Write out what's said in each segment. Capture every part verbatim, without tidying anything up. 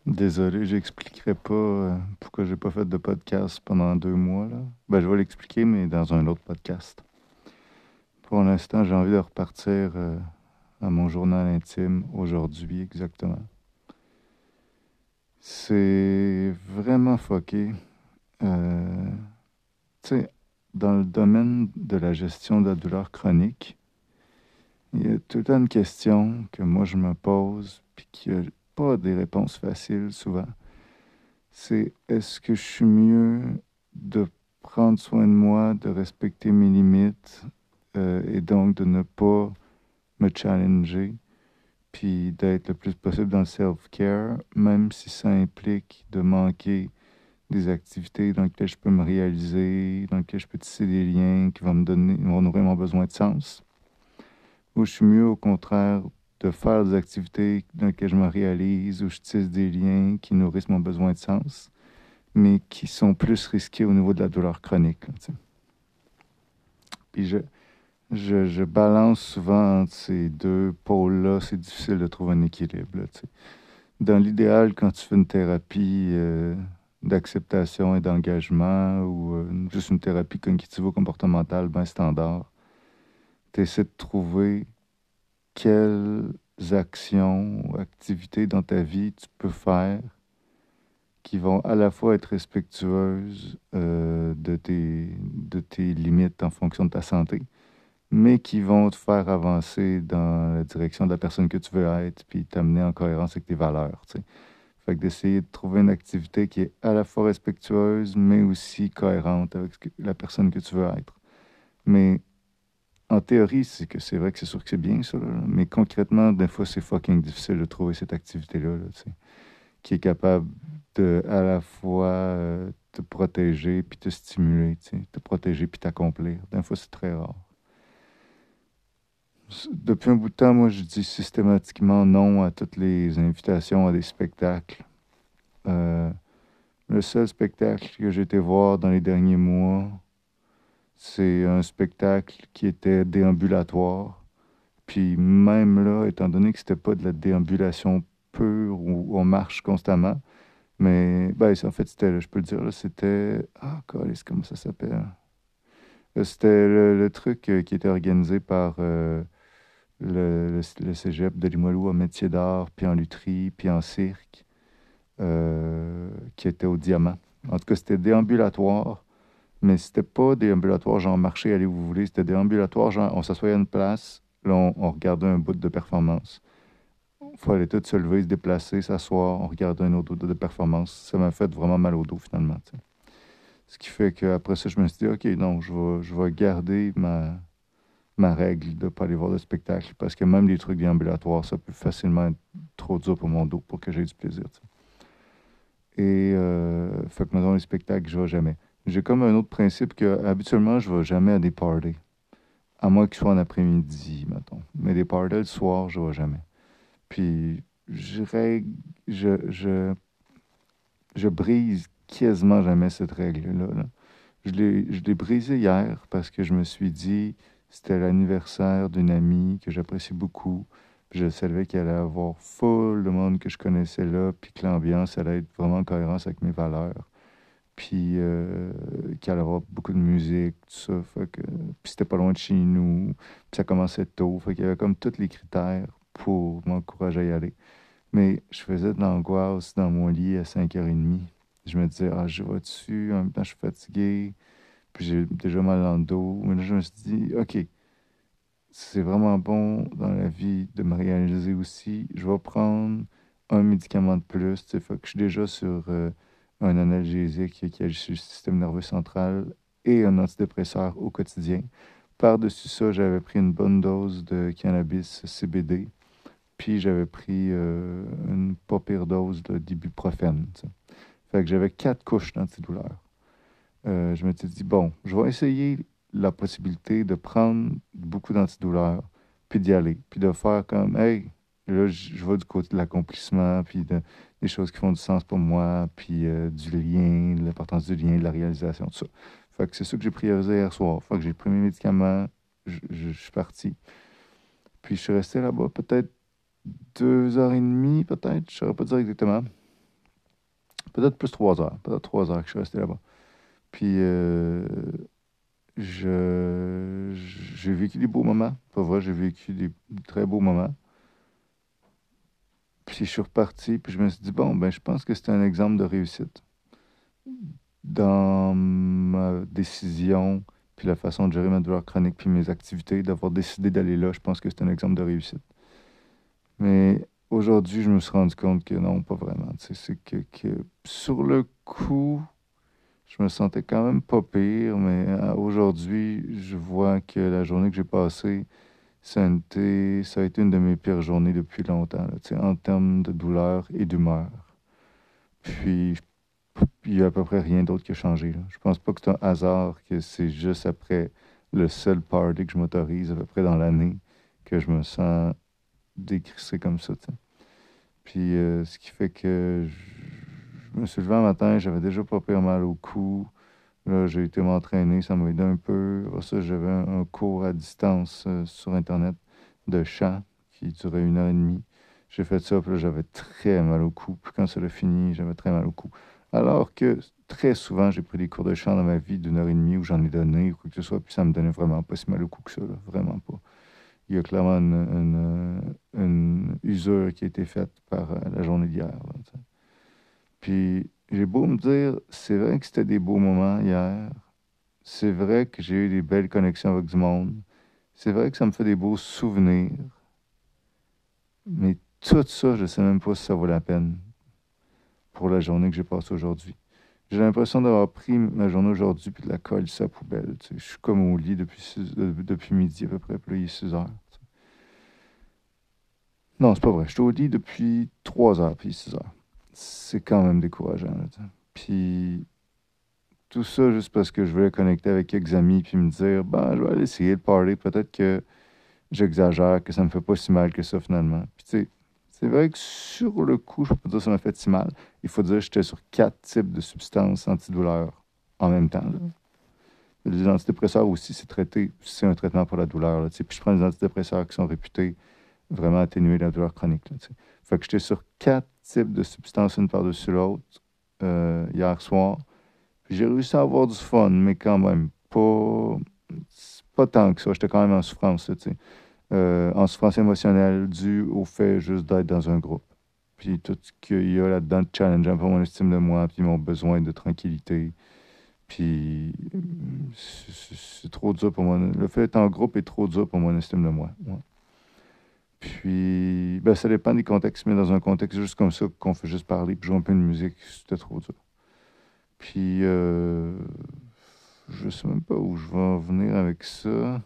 Désolé, j'expliquerai pas euh, pourquoi j'ai pas fait de podcast pendant deux mois, là. Ben, je vais l'expliquer, mais dans un autre podcast. Pour l'instant, j'ai envie de repartir euh, à mon journal intime aujourd'hui, exactement. C'est vraiment fucké. Euh, Tu sais, dans le domaine de la gestion de la douleur chronique, il y a tout le temps une question que moi je me pose, puis qui n'a pas des réponses faciles souvent. C'est est-ce que je suis mieux de prendre soin de moi, de respecter mes limites euh, et donc de ne pas me challenger, puis d'être le plus possible dans le self-care, même si ça implique de manquer des activités dans lesquelles je peux me réaliser, dans lesquelles je peux tisser des liens qui vont me donner, vont nourrir mon besoin de sens. Ou je suis mieux au contraire de faire des activités dans lesquelles je me réalise, où je tisse des liens qui nourrissent mon besoin de sens, mais qui sont plus risqués au niveau de la douleur chronique. Là, tu sais. Puis je, je, je balance souvent entre ces deux pôles-là. C'est difficile de trouver un équilibre. Là, tu sais. Dans l'idéal, quand tu fais une thérapie euh, d'acceptation et d'engagement ou euh, juste une thérapie cognitivo-comportementale bien standard, tu essaies de trouver quelles actions ou activités dans ta vie tu peux faire qui vont à la fois être respectueuses euh, de tes, de tes limites en fonction de ta santé, mais qui vont te faire avancer dans la direction de la personne que tu veux être, puis t'amener en cohérence avec tes valeurs. Tu sais. Fait que d'essayer de trouver une activité qui est à la fois respectueuse, mais aussi cohérente avec ce que- la personne que tu veux être. Mais en théorie, c'est que c'est vrai que c'est sûr que c'est bien ça, là, mais concrètement, des fois, c'est fucking difficile de trouver cette activité-là, là, tu sais, qui est capable de à la fois euh, te protéger puis te stimuler, tu sais, te protéger puis t'accomplir. Des fois, c'est très rare. S- Depuis un bout de temps, moi, je dis systématiquement non à toutes les invitations à des spectacles. Euh, le seul spectacle que j'ai été voir dans les derniers mois, c'est un spectacle qui était déambulatoire. Puis même là, étant donné que c'était pas de la déambulation pure où on marche constamment, mais ben, c'est- en fait, c'était, je peux le dire, là, c'était. Ah, câlisse, comment ça s'appelle? Euh, C'était le, le truc euh, qui était organisé par euh, le, le, le Cégep de Limoilou en métier d'art, puis en lutherie, puis en cirque, euh, qui était au Diamant. En tout cas, c'était déambulatoire, mais c'était pas déambulatoire genre marcher, allez où vous voulez. C'était déambulatoire genre on s'assoyait à une place, là, on, on regardait un bout de performance. Il fallait tout se lever, se déplacer, s'asseoir, on regardait un autre bout de performance. Ça m'a fait vraiment mal au dos finalement. Tu sais. Ce qui fait qu'après ça, je me suis dit, OK, non, je vais, je vais garder ma, ma règle de ne pas aller voir de spectacle parce que même les trucs déambulatoires, ça peut facilement être trop dur pour mon dos pour que j'aie du plaisir. Tu sais. Et euh, fait que, mettons, les spectacles, je ne vais jamais. J'ai comme un autre principe que habituellement, je ne vais jamais à des parties. À moins qu'ils soient en après-midi, mettons. Mais des parties le soir, je ne vais jamais. Puis, je, règle, je, je, je brise quasiment jamais cette règle-là. Là. Je l'ai, je l'ai brisée hier parce que je me suis dit c'était l'anniversaire d'une amie que j'apprécie beaucoup. Puis je savais qu'il allait y avoir full de monde que je connaissais là, puis que l'ambiance allait être vraiment en cohérence avec mes valeurs. Puis euh, qu'il allait y avoir beaucoup de musique, tout ça. Fait que, puis c'était pas loin de chez nous. Puis ça commençait tôt. Fait qu'il y avait comme tous les critères pour m'encourager à y aller. Mais je faisais de l'angoisse dans mon lit à cinq heures trente. Je me disais, ah, je vais dessus, en même temps, je suis fatigué, puis j'ai déjà mal dans le dos. Mais là, je me suis dit, OK, c'est vraiment bon dans la vie de me réaliser aussi. Je vais prendre un médicament de plus. Tu sais, fait que je suis déjà sur euh, un analgésique qui agit sur le système nerveux central et un antidépresseur au quotidien. Par-dessus ça, j'avais pris une bonne dose de cannabis C B D. Puis j'avais pris euh, une pas pire dose de d'ibuprofène. Tu sais. Fait que j'avais quatre couches d'antidouleur. Euh, je m'étais dit, bon, je vais essayer la possibilité de prendre beaucoup d'antidouleurs, puis d'y aller, puis de faire comme, hey, là, je je vais du côté de l'accomplissement, puis de, des choses qui font du sens pour moi, puis euh, du lien, de l'importance du lien, de la réalisation, tout ça. Fait que c'est ça que j'ai priorisé hier soir. Fait que j'ai pris mes médicaments, je, je- je suis parti. Puis je suis resté là-bas peut-être deux heures et demie, peut-être, je ne saurais pas dire exactement. Peut-être plus trois heures. Peut-être trois heures que je suis resté là-bas. Puis, euh, je, j'ai vécu des beaux moments. Pas vrai, j'ai vécu des très beaux moments. Puis, je suis reparti, puis je me suis dit, bon, ben, je pense que c'est un exemple de réussite. Dans ma décision, puis la façon de gérer ma douleur chronique, puis mes activités, d'avoir décidé d'aller là, je pense que c'est un exemple de réussite. Mais aujourd'hui, je me suis rendu compte que non, pas vraiment. Tu sais, c'est que, que sur le coup, je me sentais quand même pas pire, mais euh, aujourd'hui, je vois que la journée que j'ai passée, ça a été, ça a été une de mes pires journées depuis longtemps, là, tu sais, en termes de douleur et d'humeur. Puis, il n'y a à peu près rien d'autre qui a changé, là. Je pense pas que c'est un hasard que c'est juste après le seul party que je m'autorise à peu près dans l'année que je me sens décrissé comme ça, tu sais. Puis, euh, ce qui fait que je, je me suis levé un matin, j'avais déjà pas pire mal au cou. Là, j'ai été m'entraîner, ça m'a aidé un peu. Après ça, j'avais un, un cours à distance euh, sur Internet de chant qui durait une heure et demie. J'ai fait ça, puis là, j'avais très mal au cou. Puis quand ça a fini, j'avais très mal au cou. Alors que très souvent, j'ai pris des cours de chant dans ma vie d'une heure et demie où j'en ai donné ou quoi que ce soit, puis ça me donnait vraiment pas si mal au cou que ça, là. Vraiment pas. Il y a clairement une, une, une usure qui a été faite par euh, la journée d'hier, là, tu sais. Puis j'ai beau me dire, c'est vrai que c'était des beaux moments hier. C'est vrai que j'ai eu des belles connexions avec du monde. C'est vrai que ça me fait des beaux souvenirs. Mais tout ça, je sais même pas si ça vaut la peine pour la journée que j'ai passée aujourd'hui. J'ai l'impression d'avoir pris ma journée aujourd'hui puis de la coller sa poubelle. Tu sais. Je suis comme au lit depuis, six- euh, depuis midi à peu près, puis là, il est six heures. Tu sais. Non, c'est pas vrai. Je suis au lit depuis trois heures, puis il est six heures. C'est quand même décourageant, là, tu sais. Puis tout ça juste parce que je voulais connecter avec quelques amis puis me dire, ben, je vais aller essayer de parler. Peut-être que j'exagère, que ça me fait pas si mal que ça finalement. Puis tu sais, c'est vrai que sur le coup, je peux pas dire que ça m'a fait si mal. Il faut dire que j'étais sur quatre types de substances antidouleurs en même temps, là. Les antidépresseurs aussi, c'est traité, c'est un traitement pour la douleur, là, tu sais. Puis je prends des antidépresseurs qui sont réputés vraiment atténuer la douleur chronique, là, tu sais. Fait que j'étais sur quatre types de substances une par-dessus l'autre euh, hier soir. Puis j'ai réussi à avoir du fun, mais quand même pas, pas tant que ça. J'étais quand même en souffrance, là, tu sais. Euh, en souffrance émotionnelle due au fait juste d'être dans un groupe. Puis tout ce qu'il y a là-dedans de challengeant pour mon estime de moi, puis mon besoin de tranquillité. Puis c'est c'est- c'est trop dur pour moi. Le fait d'être en groupe est trop dur pour mon estime de moi. Ouais. Puis, ben, ça dépend des contextes, mais dans un contexte juste comme ça, qu'on fait juste parler, puis jouer un peu de musique, c'était trop dur. Puis, euh, je sais même pas où je vais en venir avec ça.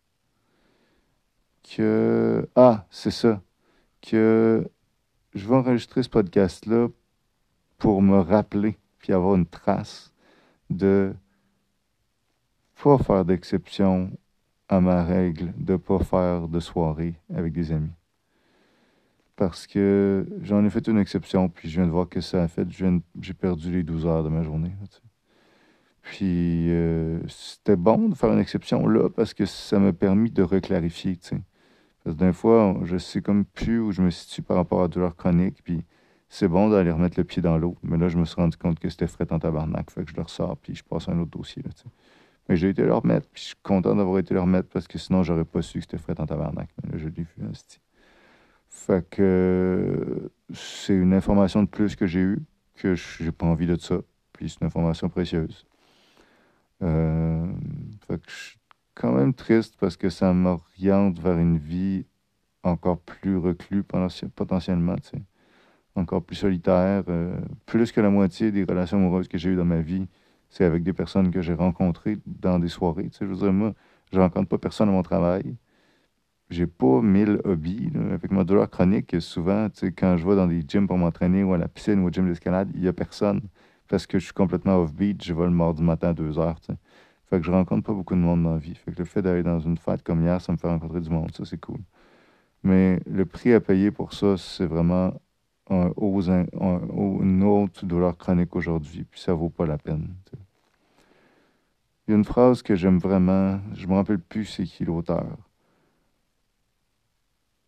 Que, ah, c'est ça. Que je vais enregistrer ce podcast-là pour me rappeler, puis avoir une trace de pas faire d'exception à ma règle de pas faire de soirée avec des amis. Parce que j'en ai fait une exception, puis je viens de voir que ça a fait. je viens de- J'ai perdu les douze heures de ma journée, là, tu sais. Puis euh, c'était bon de faire une exception là, parce que ça m'a permis de reclarifier, tu sais. Parce que d'un fois, je sais comme plus où je me situe par rapport à la douleur chronique, puis c'est bon d'aller remettre le pied dans l'eau. Mais là, je me suis rendu compte que c'était fret en tabarnak, fait que je le ressors, puis je passe à un autre dossier, là, tu sais. Mais j'ai été le remettre, puis je suis content d'avoir été le remettre, parce que sinon, j'aurais pas su que c'était fret en tabarnak. Mais là, je l'ai vu, esti. Fait que euh, c'est une information de plus que j'ai eue, que je- j'ai pas envie de ça, puis c'est une information précieuse. Euh, Fait que je suis quand même triste parce que ça m'oriente vers une vie encore plus reclus potenti- potentiellement, tu sais, encore plus solitaire. Euh, plus que la moitié des relations amoureuses que j'ai eues dans ma vie, c'est avec des personnes que j'ai rencontrées dans des soirées. Tu sais, je veux dire, moi, je rencontre pas personne à mon travail. J'ai pas mille hobbies, là. Avec ma douleur chronique, souvent, tu sais, quand je vais dans des gyms pour m'entraîner ou à la piscine ou au gym d'escalade, il y a personne parce que je suis complètement off-beat. Je vais le mardi matin à deux heures, tu sais. Fait que je rencontre pas beaucoup de monde dans la vie. Fait que le fait d'aller dans une fête comme hier, ça me fait rencontrer du monde. Ça, c'est cool. Mais le prix à payer pour ça, c'est vraiment un haut, un- un- une haute douleur chronique aujourd'hui, puis ça vaut pas la peine, tu sais. Il y a une phrase que j'aime vraiment, je me rappelle plus c'est qui l'auteur.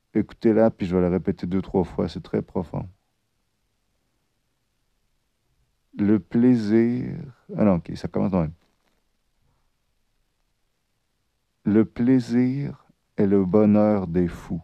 Écoutez-la, puis je vais la répéter deux, trois fois, c'est très profond. Le plaisir... Ah non, ok, ça commence de même. Le plaisir est le bonheur des fous.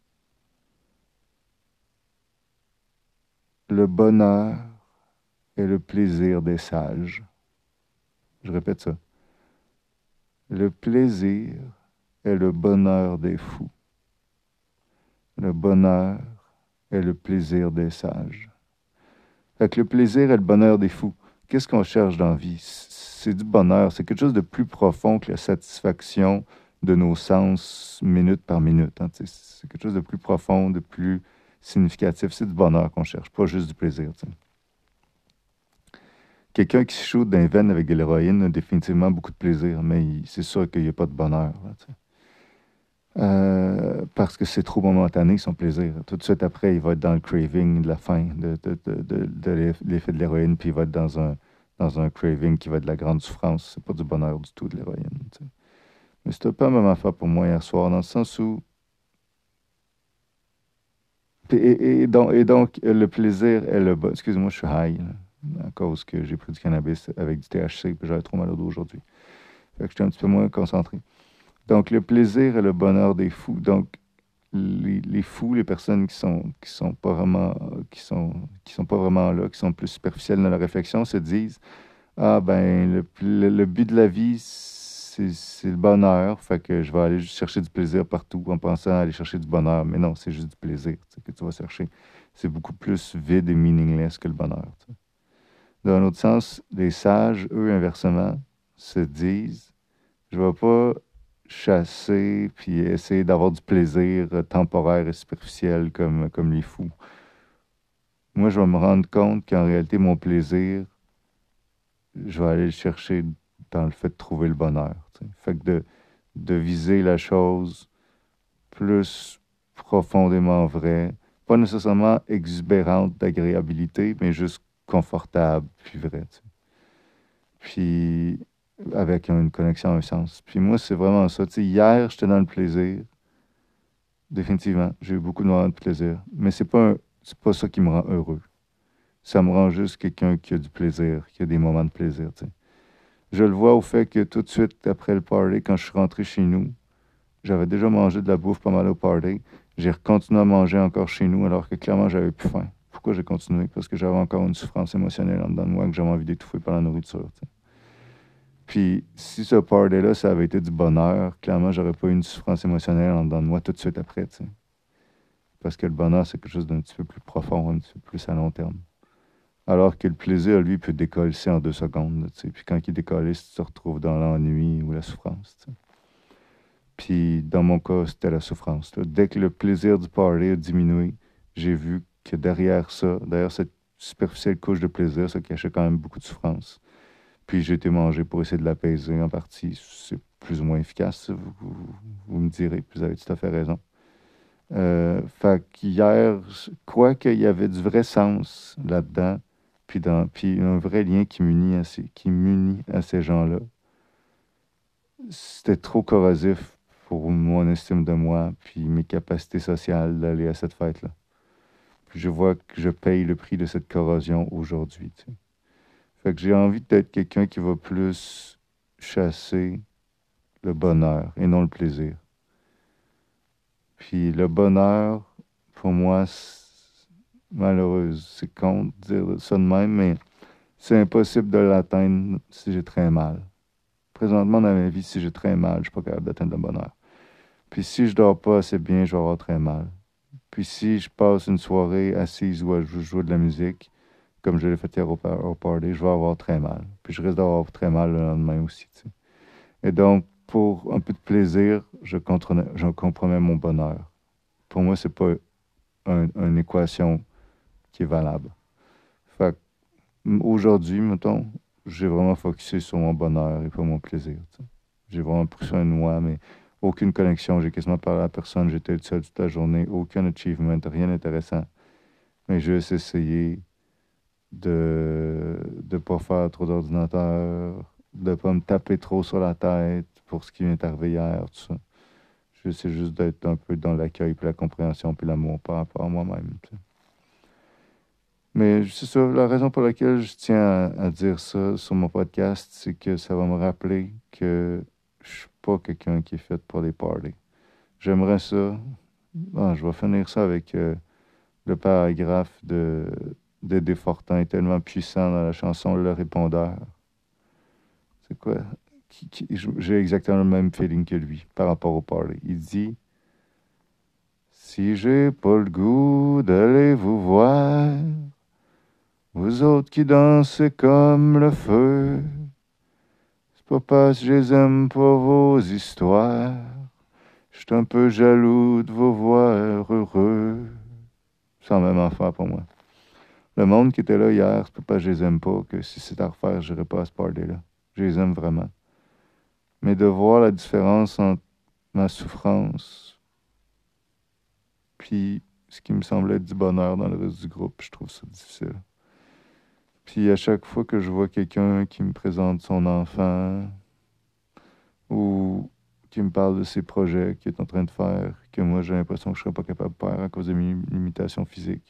Le bonheur est le plaisir des sages. Je répète ça. Le plaisir est le bonheur des fous. Le bonheur est le plaisir des sages. Fait que le plaisir est le bonheur des fous. Qu'est-ce qu'on cherche dans la vie? C'est du bonheur. C'est quelque chose de plus profond que la satisfaction de nos sens minute par minute. Hein. C'est quelque chose de plus profond, de plus significatif. C'est du bonheur qu'on cherche, pas juste du plaisir. T'sais. Quelqu'un qui se shoot d'un veine avec de l'héroïne a définitivement beaucoup de plaisir, mais c'est sûr qu'il n'y a pas de bonheur. Là, euh, parce que c'est trop momentané, son plaisir. Tout de suite après, il va être dans le craving de la faim, de, de, de, de, de l'effet de l'héroïne, puis il va être dans un, dans un craving qui va être de la grande souffrance. C'est pas du bonheur du tout, de l'héroïne. T'sais. Mais c'était pas la même affaire pour moi hier soir, dans le sens où... Et, et, et, donc, et donc, le plaisir est le bon... Excusez-moi, je suis high, là, à cause que j'ai pris du cannabis avec du T H C, puis j'avais trop mal au dos aujourd'hui. Fait que j'étais un petit peu moins concentré. Donc, le plaisir est le bonheur des fous. Donc, les, les fous, les personnes qui sont qui sont pas vraiment qui sont qui sont pas vraiment là, qui sont plus superficielles dans la réflexion, se disent ah ben le, le, le but de la vie c'est, c'est le bonheur, fait que je vais aller juste chercher du plaisir partout en pensant à aller chercher du bonheur, mais non, c'est juste du plaisir que tu vas chercher. C'est beaucoup plus vide et meaningless que le bonheur. T'sais. Dans un autre sens, les sages, eux, inversement, se disent je vais pas chasser puis essayer d'avoir du plaisir euh, temporaire et superficiel comme, comme les fous. Moi, je vais me rendre compte qu'en réalité, mon plaisir, je vais aller le chercher dans le fait de trouver le bonheur. T'sais. Fait que de, de viser la chose plus profondément vraie, pas nécessairement exubérante d'agréabilité, mais juste confortable puis vrai. T'sais. Puis avec une connexion, un sens. Puis moi, c'est vraiment ça. T'sais, hier, j'étais dans le plaisir. Définitivement. J'ai eu beaucoup de moments de plaisir. Mais c'est pas, un- c'est pas ça qui me rend heureux. Ça me rend juste quelqu'un qui a du plaisir, qui a des moments de plaisir. T'sais. Je le vois au fait que tout de suite après le party, quand je suis rentré chez nous, j'avais déjà mangé de la bouffe pas mal au party. J'ai continué à manger encore chez nous alors que clairement j'avais plus faim. Pourquoi j'ai continué? Parce que j'avais encore une souffrance émotionnelle en dedans de moi que j'avais envie d'étouffer par la nourriture. T'sais. Puis, si ce party-là, ça avait été du bonheur, clairement, j'aurais pas eu une souffrance émotionnelle en dedans de moi tout de suite après, tu sais. Parce que le bonheur, c'est quelque chose d'un petit peu plus profond, un petit peu plus à long terme. Alors que le plaisir, lui, peut décoller en deux secondes, là, tu sais. Puis quand il décolle, tu te retrouves dans l'ennui ou la souffrance, tu sais. Puis, dans mon cas, c'était la souffrance, là. Dès que le plaisir du party a diminué, j'ai vu que derrière ça, derrière cette superficielle couche de plaisir, ça cachait quand même beaucoup de souffrance. Puis j'ai été mangé pour essayer de l'apaiser en partie. C'est plus ou moins efficace, vous, vous, vous me direz, puis vous avez tout à fait raison. Euh, fait qu'hier, quoi qu'il y avait du vrai sens là-dedans, puis, dans, puis un vrai lien qui m'unit à ces, qui m'unit à ces gens-là, c'était trop corrosif pour mon estime de moi, puis mes capacités sociales d'aller à cette fête-là. Puis je vois que je paye le prix de cette corrosion aujourd'hui, tu sais. Fait que j'ai envie d'être quelqu'un qui va plus chasser le bonheur et non le plaisir. Puis le bonheur, pour moi, c'est malheureuse. C'est con de dire ça de même, mais c'est impossible de l'atteindre si j'ai très mal. Présentement dans ma vie, si j'ai très mal, je suis pas capable d'atteindre le bonheur. Puis si je dors pas assez bien, je vais avoir très mal. Puis si je passe une soirée assise où je joue de la musique, comme je l'ai fait hier au, au party, je vais avoir très mal. Puis je risque d'avoir très mal le lendemain aussi. T'sais. Et donc, pour un peu de plaisir, je, je compromets mon bonheur. Pour moi, c'est pas un, une équation qui est valable. Fait aujourd'hui, mettons, j'ai vraiment focusé sur mon bonheur et pas mon plaisir. T'sais. J'ai vraiment pris ça une noix, mais aucune connexion. J'ai quasiment parlé à la personne. J'étais seul toute la journée. Aucun achievement, rien d'intéressant. Mais juste essayer de ne pas faire trop d'ordinateur, de ne pas me taper trop sur la tête pour ce qui m'est arrivé hier, tout ça. J'essaie juste d'être un peu dans l'accueil, puis la compréhension, puis l'amour par rapport à moi-même. T'sais. Mais c'est ça, la raison pour laquelle je tiens à, à dire ça sur mon podcast, c'est que ça va me rappeler que je suis pas quelqu'un qui est fait pour les parties. J'aimerais ça. Ah, je vais finir ça avec euh, le paragraphe de, de Desfortin, tellement puissant dans la chanson Le Répondeur. C'est quoi? Qui- qui- J'ai exactement le même feeling que lui par rapport au party. Il dit si j'ai pas le goût d'aller vous voir, vous autres qui dansez comme le feu, c'est pas parce que je les aime pas vos histoires, je suis un peu jaloux de vous voir heureux. Sans même en faire pour moi. Le monde qui était là hier, c'est pas parce que je les aime pas que si c'est à refaire, je n'irai pas à ce party-là. Je les aime vraiment. Mais de voir la différence entre ma souffrance puis ce qui me semblait être du bonheur dans le reste du groupe, je trouve ça difficile. Puis à chaque fois que je vois quelqu'un qui me présente son enfant ou qui me parle de ses projets qu'il est en train de faire, que moi j'ai l'impression que je ne serais pas capable de faire à cause de mes limitations physiques,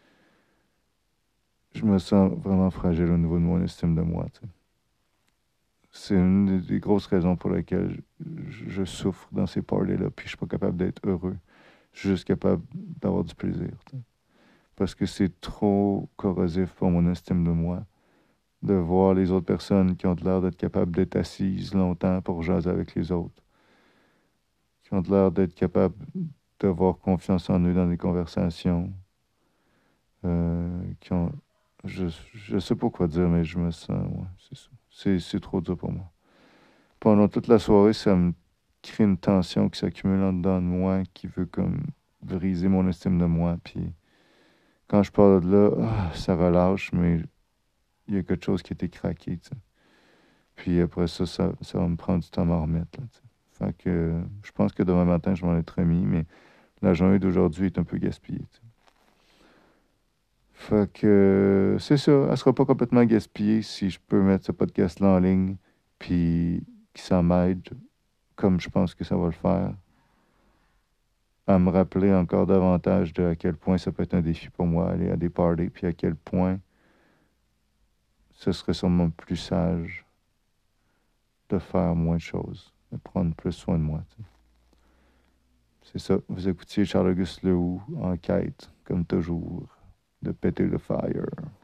je me sens vraiment fragile au niveau de mon estime de moi. T'sais. C'est une des grosses raisons pour lesquelles je, je souffre dans ces parties-là, puis je suis pas capable d'être heureux. Je suis juste capable d'avoir du plaisir. T'sais. Parce que c'est trop corrosif pour mon estime de moi de voir les autres personnes qui ont l'air d'être capables d'être assises longtemps pour jaser avec les autres, qui ont l'air d'être capables d'avoir confiance en eux dans des conversations, euh, qui ont... Je, je sais pas quoi dire, mais je me sens... Ouais, c'est ça. C'est, c'est trop dur pour moi. Pendant toute la soirée, ça me crée une tension qui s'accumule en dedans de moi, qui veut comme briser mon estime de moi. Puis quand je parle de là, ah, ça relâche, mais il y a quelque chose qui a été craqué, tu sais. Puis après ça, ça, ça va me prendre du temps à m'en remettre, là, tu sais. Fait que euh, je pense que demain matin, je m'en être remis, mais la journée d'aujourd'hui est un peu gaspillée, tu sais. Fait que euh, c'est ça, elle sera pas complètement gaspillée si je peux mettre ce podcast-là en ligne, puis que ça m'aide, comme je pense que ça va le faire, à me rappeler encore davantage de à quel point ça peut être un défi pour moi aller à des parties, puis à quel point ce serait sûrement plus sage de faire moins de choses, de prendre plus soin de moi. Tu sais. C'est ça. Vous écoutiez Charles-Auguste Lehoux en quête, comme toujours, de péter le fire.